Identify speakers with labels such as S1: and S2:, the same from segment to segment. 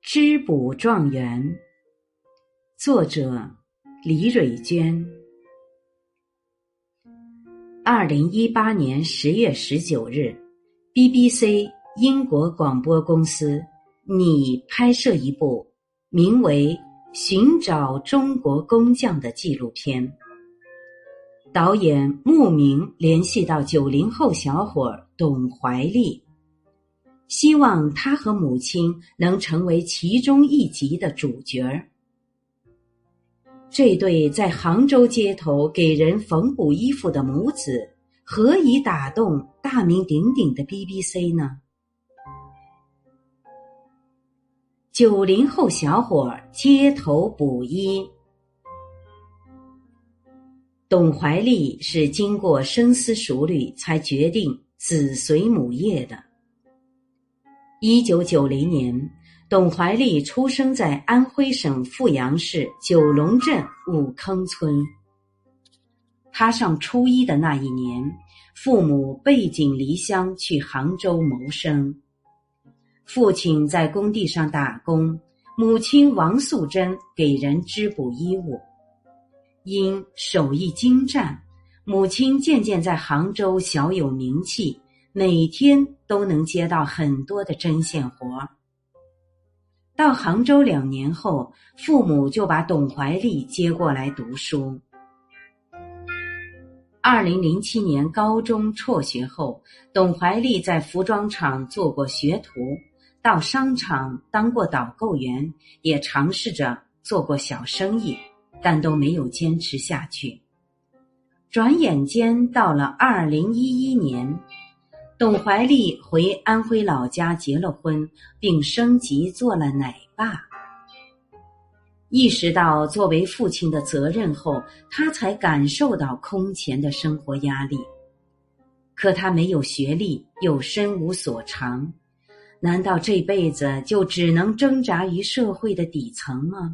S1: 织补状元，作者李蕊娟。2018年10月19日 BBC 英国广播公司拟拍摄一部名为《寻找中国工匠》的纪录片。导演慕名联系到90后小伙董怀利，希望他和母亲能成为其中一集的主角。这对在杭州街头给人缝补衣服的母子，何以打动大名鼎鼎的 BBC 呢？90后小伙街头补衣。董怀利是经过深思熟虑才决定子随母业的。1990年，董怀利出生在安徽省阜阳市九龙镇五坑村。他上初一的那一年，父母背井离乡去杭州谋生。父亲在工地上打工，母亲王素贞给人织补衣物。因手艺精湛，母亲渐渐在杭州小有名气，每天都能接到很多的针线活。到杭州2年后，父母就把董怀利接过来读书。2007年高中辍学后，董怀利在服装厂做过学徒，到商场当过导购员，也尝试着做过小生意，但都没有坚持下去。转眼间到了2011年，董怀利回安徽老家结了婚，并升级做了奶爸。意识到作为父亲的责任后，他才感受到空前的生活压力。可他没有学历，又身无所长，难道这辈子就只能挣扎于社会的底层吗？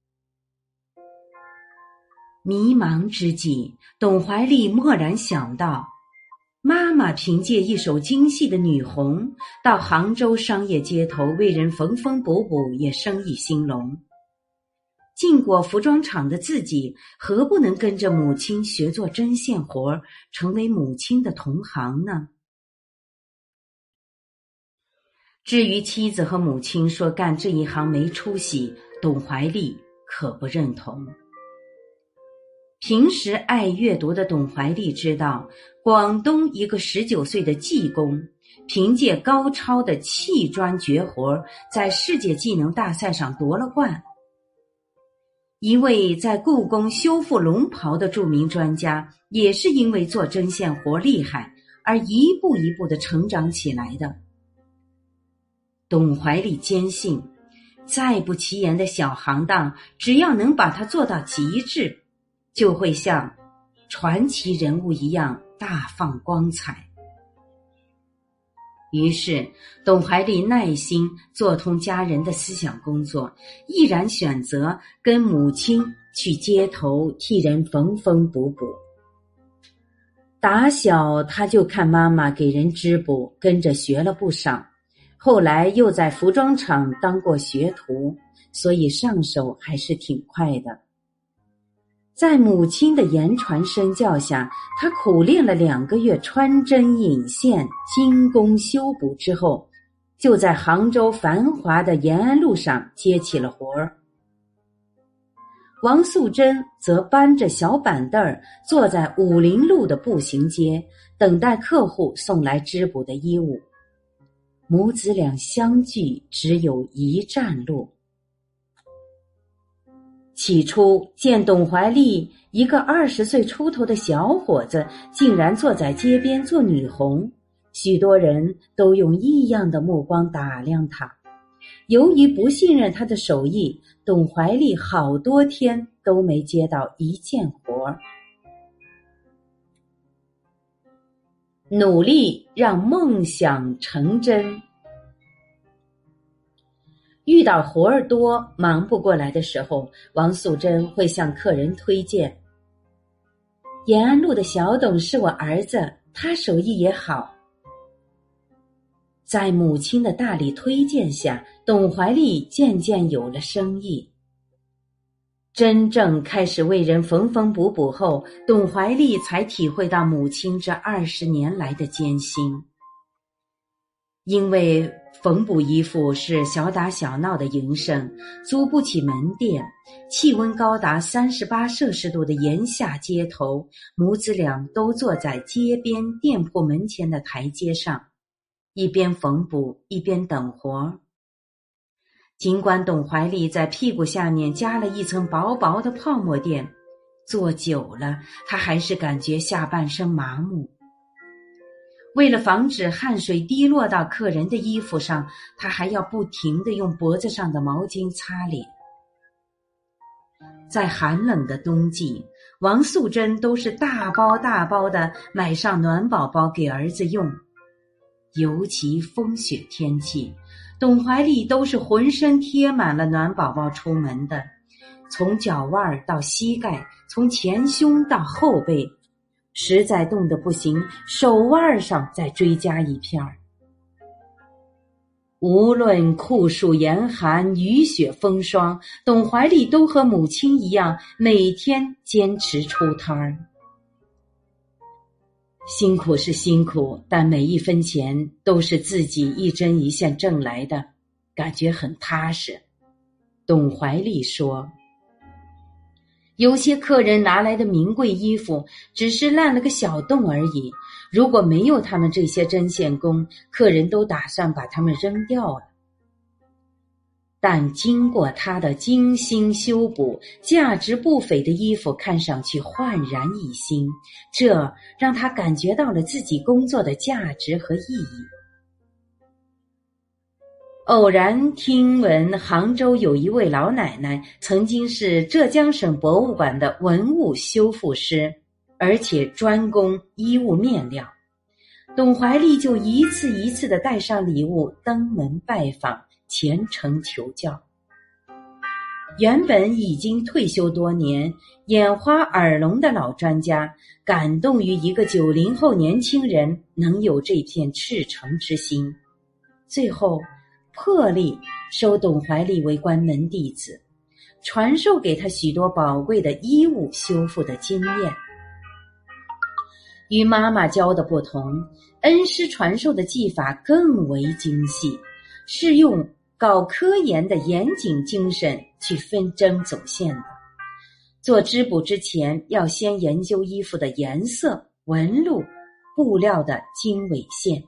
S1: 迷茫之际，董怀利蓦然想到，妈妈凭借一手精细的女红，到杭州商业街头为人缝缝补补，也生意兴隆。进过服装厂的自己，何不能跟着母亲学做针线活，成为母亲的同行呢？至于妻子和母亲说干这一行没出息，董怀利可不认同。平时爱阅读的董怀利知道，广东一个19岁的技工，凭借高超的砌砖绝活，在世界技能大赛上夺了冠。一位在故宫修复龙袍的著名专家，也是因为做针线活厉害，而一步一步地成长起来的。董怀利坚信，再不起眼的小行当，只要能把它做到极致，就会像传奇人物一样大放光彩。于是，董怀利耐心做通家人的思想工作，毅然选择跟母亲去街头替人缝缝补补。打小他就看妈妈给人织补，跟着学了不少，后来又在服装厂当过学徒，所以上手还是挺快的。在母亲的言传身教下，他苦练了2个月穿针引线、精工修补之后，就在杭州繁华的延安路上接起了活儿。王素贞则搬着小板凳坐在武林路的步行街，等待客户送来织补的衣物。母子俩相聚只有1站路。起初见董怀利一个20岁出头的小伙子竟然坐在街边做女红，许多人都用异样的目光打量他。由于不信任他的手艺，董怀利好多天都没接到一件活。努力让梦想成真。遇到活儿多忙不过来的时候，王素贞会向客人推荐，延安路的小董是我儿子，他手艺也好。 在母亲的大力推荐下，董怀利渐渐有了生意。真正开始为人缝缝补补后，董怀利才体会到母亲这20年来的艰辛。因为缝补衣服是小打小闹的营生，租不起门店，气温高达38摄氏度的炎夏街头，母子俩都坐在街边店铺门前的台阶上，一边缝补一边等活。尽管董怀利在屁股下面加了一层薄薄的泡沫垫，坐久了他还是感觉下半身麻木。为了防止汗水滴落到客人的衣服上，他还要不停地用脖子上的毛巾擦脸。在寒冷的冬季，王素贞都是大包大包地买上暖宝宝给儿子用。尤其风雪天气，董怀利都是浑身贴满了暖宝宝出门的，从脚腕到膝盖，从前胸到后背，实在冻得不行，手腕上再追加一片儿。无论酷暑严寒、雨雪风霜，董怀利都和母亲一样，每天坚持出摊儿。辛苦是辛苦，但每一分钱都是自己一针一线挣来的，感觉很踏实。董怀利说，有些客人拿来的名贵衣服只是烂了个小洞而已，如果没有他们这些针线工，客人都打算把它们扔掉了。但经过他的精心修补，价值不菲的衣服看上去焕然一新，这让他感觉到了自己工作的价值和意义。偶然听闻杭州有一位老奶奶曾经是浙江省博物馆的文物修复师，而且专攻衣物面料。董怀利就一次一次地带上礼物登门拜访，虔诚求教。原本已经退休多年、眼花耳聋的老专家，感动于一个90后年轻人能有这片赤诚之心，最后破例收董怀利为关门弟子，传授给他许多宝贵的衣物修复的经验。与妈妈教的不同，恩师传授的技法更为精细，是用搞科研的严谨精神去分针走线的。做织补之前，要先研究衣服的颜色、纹路、布料的经纬线。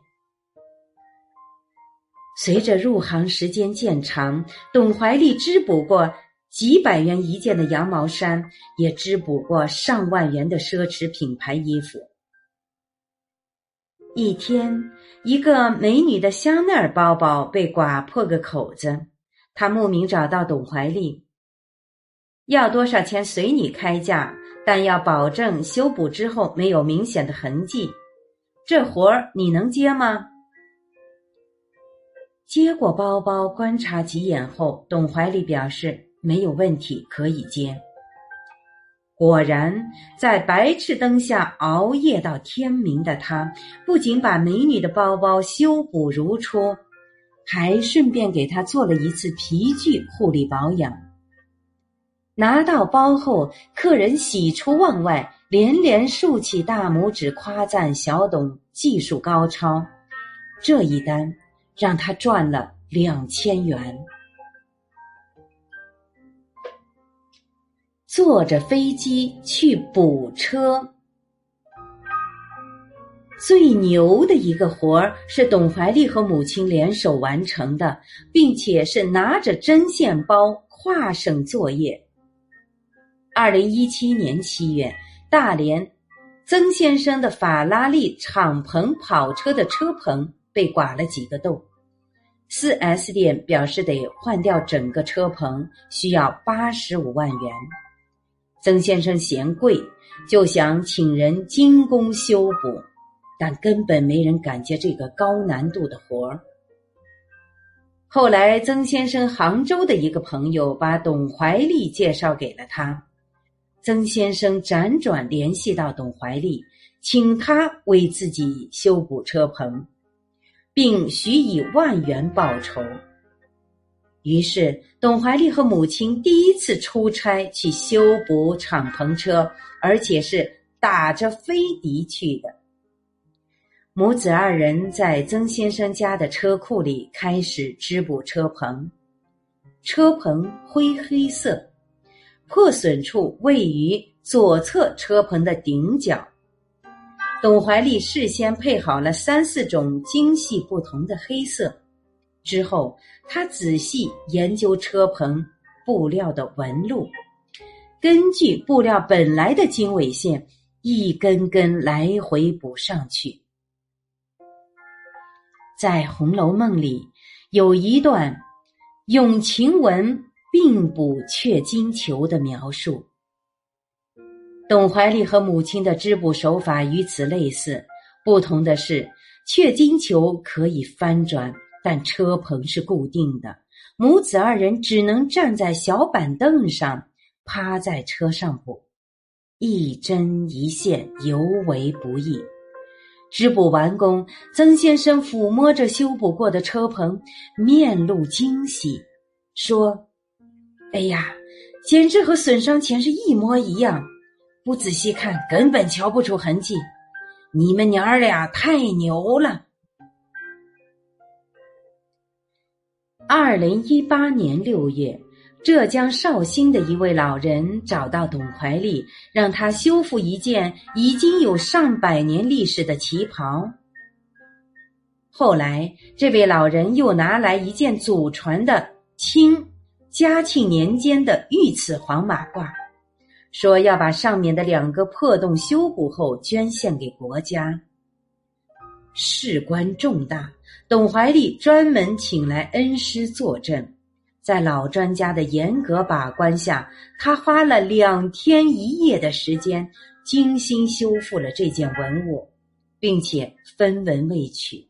S1: 随着入行时间渐长，董怀利织补过几百元一件的羊毛衫，也织补过上万元的奢侈品牌衣服。一天，一个美女的香奈儿包包被刮破个口子，她慕名找到董怀利，要多少钱随你开价，但要保证修补之后没有明显的痕迹。这活儿你能接吗？接过包包观察几眼后，董怀利表示没有问题，可以接。果然，在白炽灯下熬夜到天明的他，不仅把美女的包包修补如初，还顺便给她做了一次皮具护理保养。拿到包后，客人喜出望外，连连竖起大拇指夸赞小董技术高超。这一单让他赚了2000元。坐着飞机去补车。最牛的一个活儿是董怀利和母亲联手完成的，并且是拿着针线包跨省作业。2017年7月，大连曾先生的法拉利敞篷跑车的车棚被刮了几个洞， 4S 店表示得换掉整个车棚，需要85万元。曾先生嫌贵，就想请人精工修补，但根本没人敢接这个高难度的活儿。后来曾先生杭州的一个朋友把董怀利介绍给了他，曾先生辗转联系到董怀利，请他为自己修补车棚， 并许以万元报酬。于是董怀利和母亲第一次出差去修补敞篷车，而且是打着飞的去的。母子二人在曾先生家的车库里开始织补车棚。车棚灰黑色，破损处位于左侧车棚的顶角。董怀利事先配好了3、4种精细不同的黑色，之后他仔细研究车棚布料的纹路，根据布料本来的经纬线一根根来回补上去。在《红楼梦》里有一段用晴雯并补雀金球的描述。董怀利和母亲的织补手法与此类似，不同的是雀金球可以翻转，但车棚是固定的，母子二人只能站在小板凳上，趴在车上补，一针一线，尤为不易。织补完工，曾先生抚摸着修补过的车棚，面露惊喜，说：哎呀，简直和损伤前是一模一样，不仔细看根本瞧不出痕迹，你们娘儿俩太牛了。2018年6月，浙江绍兴的一位老人找到董怀利，让他修复一件已经有上百年历史的旗袍。后来这位老人又拿来一件祖传的清嘉庆年间的御赐黄马褂，说要把上面的2个破洞修补后捐献给国家。事关重大，董怀利专门请来恩师作证，在老专家的严格把关下，他花了2天1夜的时间，精心修复了这件文物，并且分文未取。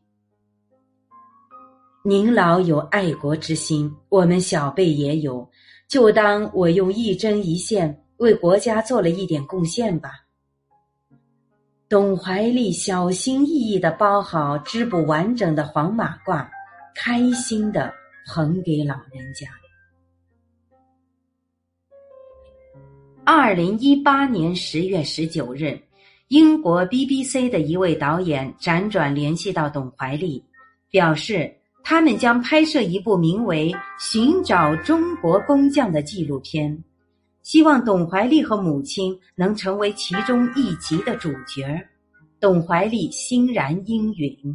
S1: 您老有爱国之心，我们小辈也有，就当我用一针一线为国家做了一点贡献吧。董怀利小心翼翼地包好织补完整的黄马褂，开心地捧给老人家。2018年10月19日，英国 BBC 的一位导演辗转联系到董怀利，表示他们将拍摄一部名为《寻找中国工匠》的纪录片，希望董怀利和母亲能成为其中一集的主角。董怀利欣然应允。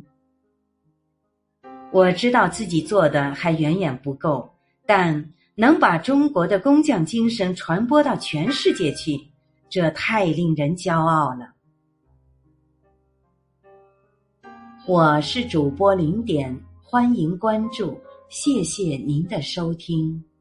S1: 我知道自己做的还远远不够，但能把中国的工匠精神传播到全世界去，这太令人骄傲了。我是主播0点，欢迎关注，谢谢您的收听。